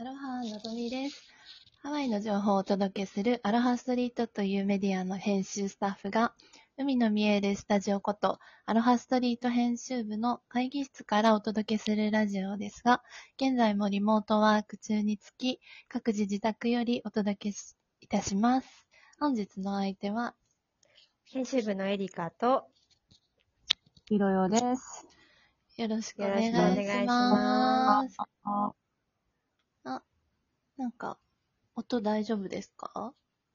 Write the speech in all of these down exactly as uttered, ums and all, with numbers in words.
アロハのぞみです。ハワイの情報をお届けするアロハストリートというメディアの編集スタッフが、海の見えるスタジオことアロハストリート編集部の会議室からお届けするラジオですが、現在もリモートワーク中につき、各自自宅よりお届けいたします。本日の相手は、 編集部のエリカと、 ひろよです。 よろしくおよろしくお願いし願いしま。 ますあ、 あ、なんか、音大丈夫ですか？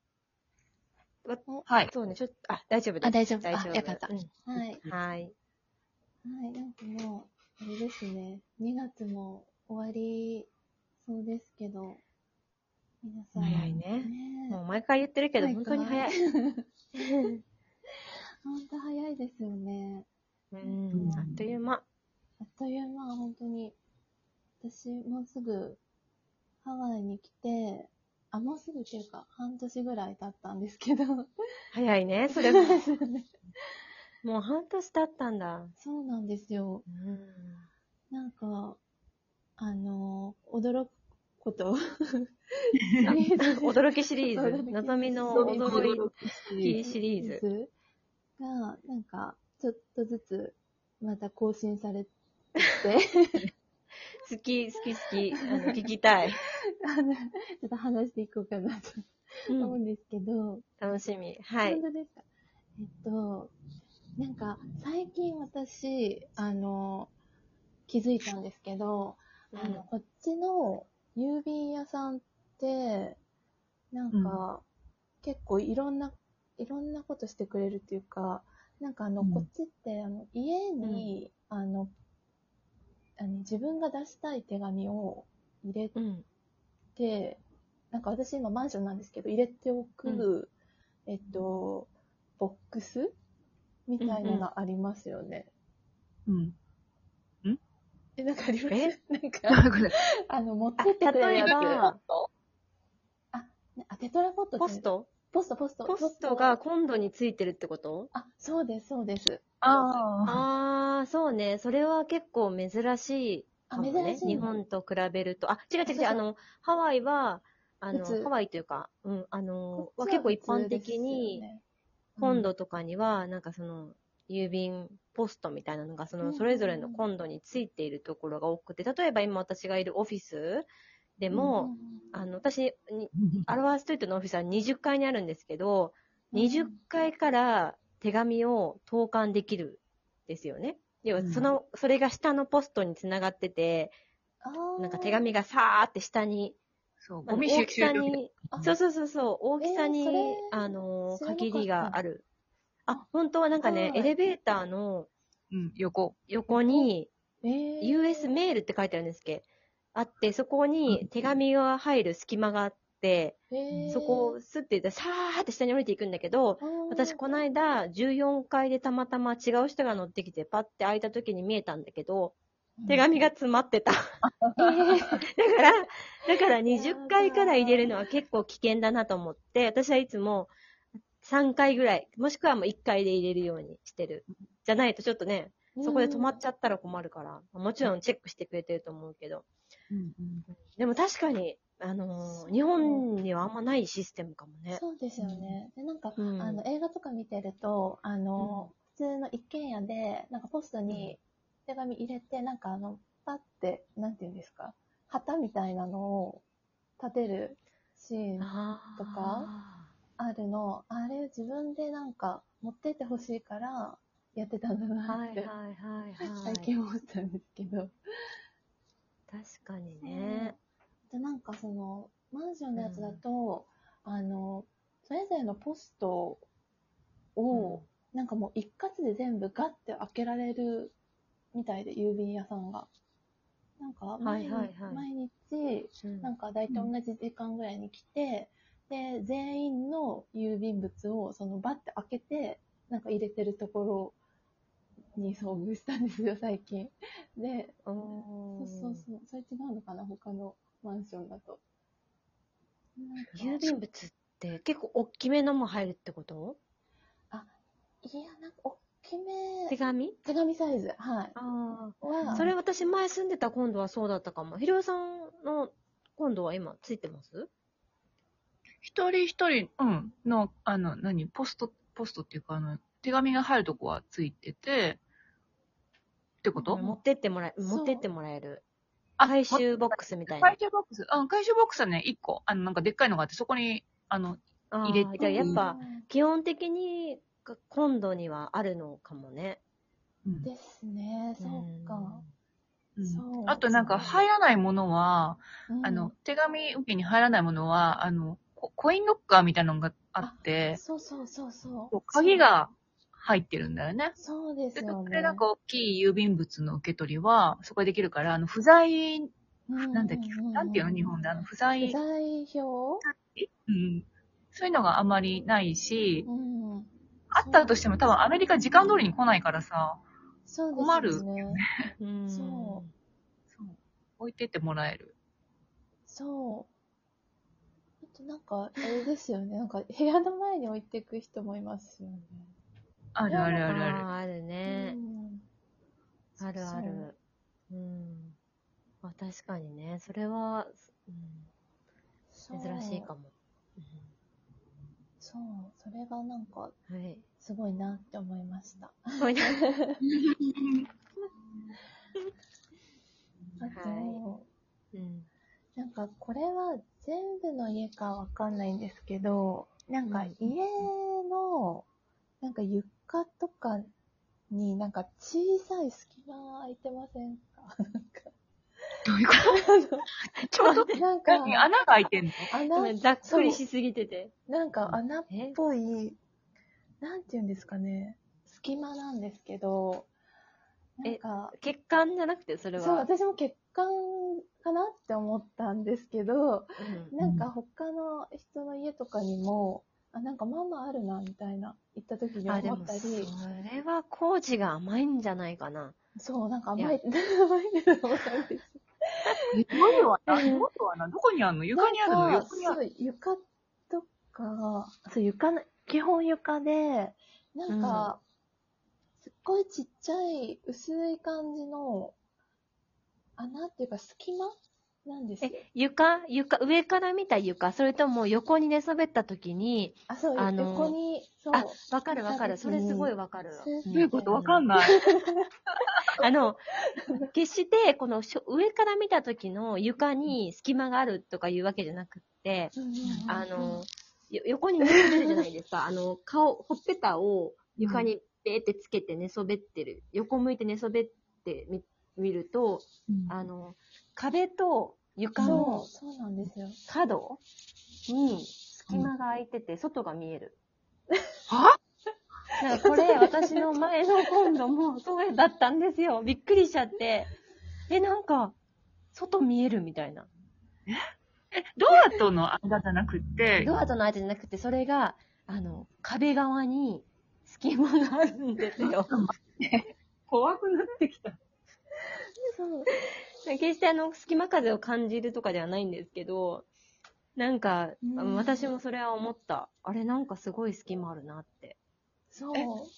はい。 そうね、ちょっと、あ、大丈夫です。 あ、大丈夫。 大丈夫。 あ、よかった。 うんはい。 はい。 はい、なんかもう、あれですね。にがつも終わりそうですけど、皆さん。 早いね。 ねもう毎回言ってるけど、本当に早い。 本当早いですよね。 うん、あっという間。 あっという間、本当に。私、もうすぐ、ハワイに来て、あ、もうすぐっていうか、半年ぐらい経ったんですけど。 早いね、それも。 ですよね。 もう半年経ったんだ。 そうなんですよ。 うんなんか、あの、驚くこと。 あ驚きシリーズ。 驚きのぞみの驚きシリーズ。 が、なんか、ちょっとずつ、また更新されて、 好き、好き、好き。あの、聞きたい。 あのちょっと話していこうかなとうん思うんですけど、 楽しみ。はい本。当ですか？えっと、なんか、最近私、あの、気づいたんですけど、 うんあの、こっちの郵便屋さんって、なんか、結構いろんな、いろんなことしてくれるっていうか、なんかあの、 うんこっちって、あの、家に、あの、あの自分が出したい手紙を入れうん。 て、なんか私今マンションなんですけど、入れておく、えっと、ボックスみたいなのありますよね。 うん。 え、なんかありますえなんか、 これあの、持ってってくれる例えやつ。 ば、 あ、あ、テトラポットってポストポスト、ポスト。 ポストがコンロについてるってこと？ あ、そうです、そうです。 あああ、そうね。それは結構珍しいあ、 かもね。 珍しいの。 日本と比べると。あ、違う違う違う。 あそうそうあの、ハワイは、あの、 普通ハワイというか、うん、あこの、 っちはは結構一般普通ですよ的に、 ね。 本土とかには、なんかその、郵便ポストみたいなのが、その、それぞれのコンロについているところが多くて、例えば今私がいるオフィスでも、あの、私に、アロハストリートのオフィスはにじゅっかいにあるんですけど、にじゅっかいから手紙を投函できるんですよね。要は、その、それが下のポストにつながってて、なんか手紙がさーって下に、 そう、 あのゴミ収集大きさに、そうそうそうそう、大きさえーそれに、あの、 知らなかった限りがある。あ、 あ本当はなんかね、 はいエレベーターのうん、横。 横に、 えー、 ユーエス メールって書いてあるんですけど、あって、そこに手紙が入る隙間があって、 えー、 そこをスッて言ったら、さーって下に降りていくんだけど、私この間じゅうよんかいでたまたま違う人が乗ってきて、パッて開いた時に見えたんだけど、手紙が詰まってた。 えー、 だから、だからにじゅっかいから入れるのは結構危険だなと思って、私はいつもさんかいぐらい、もしくはもういっかいで入れるようにしてる。じゃないとちょっとね、そこで止まっちゃったら困るから、もちろんチェックしてくれてると思うけど。 うんうんでも確かに、あのー、日本にはあんまないシステムかもね。 そうですよね。で、なんか、 うん、 あの、映画とか見てると、あの、普通の一軒家で、なんかポストに手紙入れて、なんかあの、パッて、なんていうんですか、旗みたいなのを立てるシーンとかあるの、あれ自分でなんか持ってってほしいからやってたんだなって、 はいはいはいはい。 最近思ったんですけど。 確かにね。 で、なんかその、マンションのやつだと、うん、あの、それぞれのポストを、うん、なんかもう一括で全部ガッて開けられるみたいで、郵便屋さんが。なんか毎日、はいはいはい、毎日、なんか大体同じ時間ぐらいに来て、うん、で、全員の郵便物をそのバッて開けて、なんか入れてるところに遭遇したんですよ、最近。で、そうそうそう、それ違うのかな、他のマンションだと。 郵便物って結構大きめのも入るってこと？ あ、いや、なんか大きめ。 手紙？ 手紙サイズ、はい。 ああ。それ私前住んでた今度はそうだったかも。ひろよさんの今度は今ついてます？ 一人一人、うん、の、あの、何、ポスト、ポストっていうか、あの、手紙が入るとこはついてて、ってこと持ってってもらえ、 そう持ってってもらえる。 あ回収ボックスみたいな。 回収ボックス、うん、回収ボックスはね、一個、あの、なんかでっかいのがあって、そこに、あの、 あ入れてあ、じゃあやっぱ、 うん基本的に今度にはあるのかもね。 うんですね、そうか。 うんそうあとなんか入らないものは、 うんあの、手紙受けに入らないものは、あの、ココインロッカーみたいなのがあって、 そうそうそうそう。 こう鍵が入ってるんだよね。 そうですで、 よね。 それなんか大きい郵便物の受け取りは、そこでできるから、あの、不在、なんだっけ、なんていうの日本で、あの、不在、 不在票うん。そういうのがあまりないし、 うん。 あったとしても多分アメリカ時間通りに来ないからさ、 そうです困るよね。 うん。 そうそう置いてってもらえる。 そう。あとなんか、あれですよね。なんか部屋の前に置いていく人もいますよね。 あるあるあるある。 ああ、あるね。 うんあるある。うん。あ、確かにね。それは、 そううん、珍しいかも。 そう。それがなんか、 うん、はい。 すごいなって思いました。 すごいな。 あと、 うん。 なんかこれは全部の家かわかんないんですけど、なんか家の、なんか床とかになんか小さい隙間が空いてませんか？ どういうことちょうど、 なんか、 何穴が開いてんの穴、 ざっくりしすぎてて。 なんか穴っえぽい、なんていうんですかね、隙間なんですけど、なんか、 血管じゃなくて、それは。 そう、私も血管かなって思ったんですけど、 うん、 なんか他の人の家とかにも、あ、なんかママあるな、みたいな、行った時にあ、でも、 思ったり。 それは工事が甘いんじゃないかな。 そう、なんか甘い、甘いって思ったんです。 え、どういう穴どういう穴どこにあるの床にあるのなんか横にあるそう、床とか、そう、床の、基本床で、なんか、すっごいちっちゃい、薄い感じの、穴っていうか隙間なんですよ。 え、床床、上から見た床それとも横に寝そべった時に、 あ、そう、 あの横に、そう。 あ、わかるわかる。それすごいわかる。 スーッてどういうことわかんない。 あの、決して、このしょ上から見た時の床に隙間があるとかいうわけじゃなくって、あの、よ横に寝そべるじゃないですか。あの、顔、ほっぺたを床にペーってつけて寝そべってる。横向いて寝そべってみ見ると、 うんあの、壁と床そうの、 そうなんですよ。 角に隙間が空いてて、外が見える。 はなんかこれ、私の前の今度もそうだったんですよ。びっくりしちゃって。え、なんか、外見えるみたいな。 え、ドアとの間じゃなくて、 ドアとの間じゃなくて、それが、あの、壁側に隙間があるんですよ。 怖くなってきた。 そう。 決してあの、隙間風を感じるとかではないんですけど、なんか、 うん私もそれは思った。あれ、なんかすごい隙間あるなって。 そう。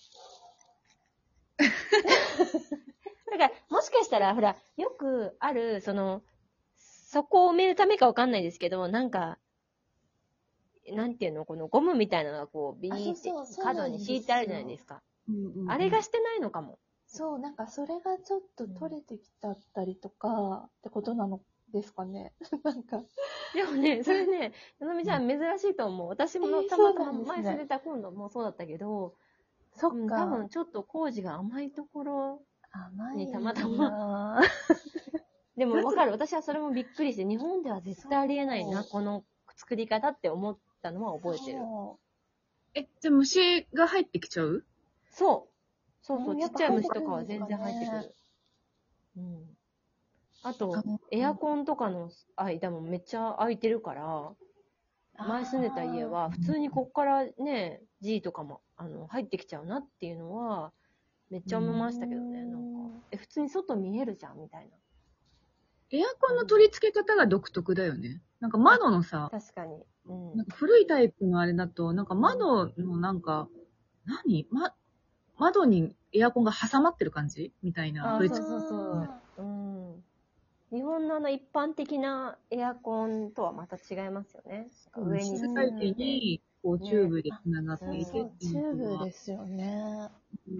だから、もしかしたら、ほら、よくある、その、そこを埋めるためかわかんないですけど、なんか、なんていうの、このゴムみたいなのがこう、ビーってそうそうそう角に敷いてあるじゃないですか。 うんうんうんあれがしてないのかも。 そう、なんかそれがちょっと取れてきたったりとか、ってことなのですかね。なんか。 でもね、それね、ななみちゃん珍しいと思う。私もえーたまたまそうなんですね前住んでた今度もそうだったけど、 そっうん、多か。 分ちょっと工事が甘いところ甘いにたまたま。 でもわかる。私はそれもびっくりして、日本では絶対ありえないな、 そうこの作り方って思ったのは覚えてる。 そえ、じゃあ虫が入ってきちゃうそう。そうそうう。 んちっちゃい虫とかは全然入ってくる。うん。あと、エアコンとかの間もめっちゃ空いてるから、前住んでた家は、普通にこっからね、G とかも、あの、入ってきちゃうなっていうのは、めっちゃ思いましたけどね、なんか。え、普通に外見えるじゃん、みたいな。 エアコンの取り付け方が独特だよね。なんか窓のさ、 確かに。うんなん。か古いタイプのあれだと、なんか窓のなんか、何ま、窓にエアコンが挟まってる感じみたいな。 あ、 うちそうそうそう。うん。 日本のあの一般的なエアコンとはまた違いますよね。上に。 室外機に、こう、チューブで繋がっていて、 そうそう、チューブですよね。 うん、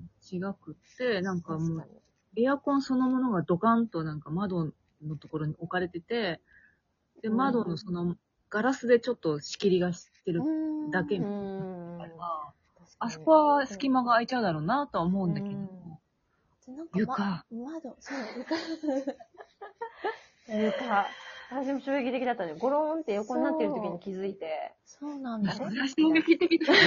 違くって、なんかもう確か、 エアコンそのものがドカンとなんか窓のところに置かれてて、で、 うん窓のそのガラスでちょっと仕切りがしてるうん。 だけうみたいな。 ん。 ああそ確かにこは隙間が空いちゃうだろうなとは思うんだけど、 なんか、 床。 ま、窓、そう、床。 床。私も衝撃的だったね。ゴローンって横になってる時に気づいて。 そうなんだ。 それは衝撃的だね。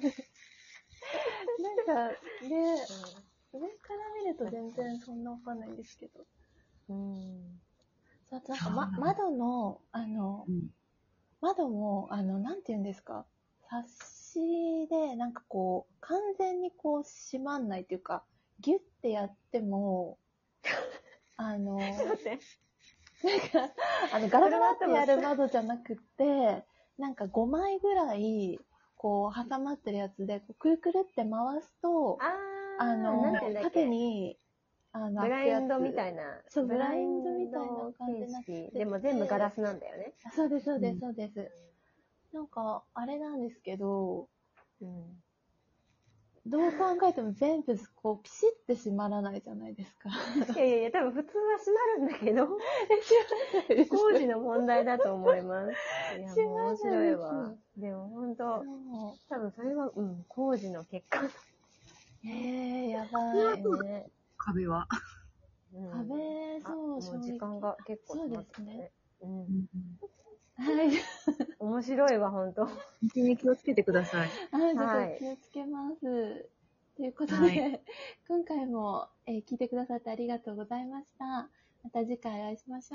なんか、ね、上から見ると全然そんなわかんないんですけど。 うん。 そう、なんか、ま、窓の、あの、 うん窓も、あの、なんて言うんですか、サッシで、なんかこう、完全にこう、閉まんないっていうか、ギュッてやっても、あの、 ちょっと待って。 なんか、あの、ガラガラってやる窓じゃなくって、なんかごまいぐらい、こう、挟まってるやつで、こうくるくるって回すと、 あー、 あのなんて言うんだっけ。 縦に、あの、 ブラインドみいたいな。 そうブラインブラインドみたいな感じになってて形式でも全部ガラスなんだよね。 な。そうです、そうです、 うんそうです。なんか、あれなんですけど、 うん。 どう考えても全部、こう、ピシッて閉まらないじゃないですか。 いやいやいや、多分普通は閉まるんだけど、 え、閉工事の問題だと思います。いや、もう面白い閉まらないわ。でも本当、 そう多分それは、うん、工事の結果。 えー、やばい。 ね。 壁は。 うん壁、 あそう、 もう時間が結構そう詰まですねってきたね。。うん。 うんはい。 面白いわ、本当。 本当に気をつけてください。 はい、ちょっはいと気をつけます。ということで、 は今回も、えー聞いてくださってありがとうございました。また次回お会いしましょう。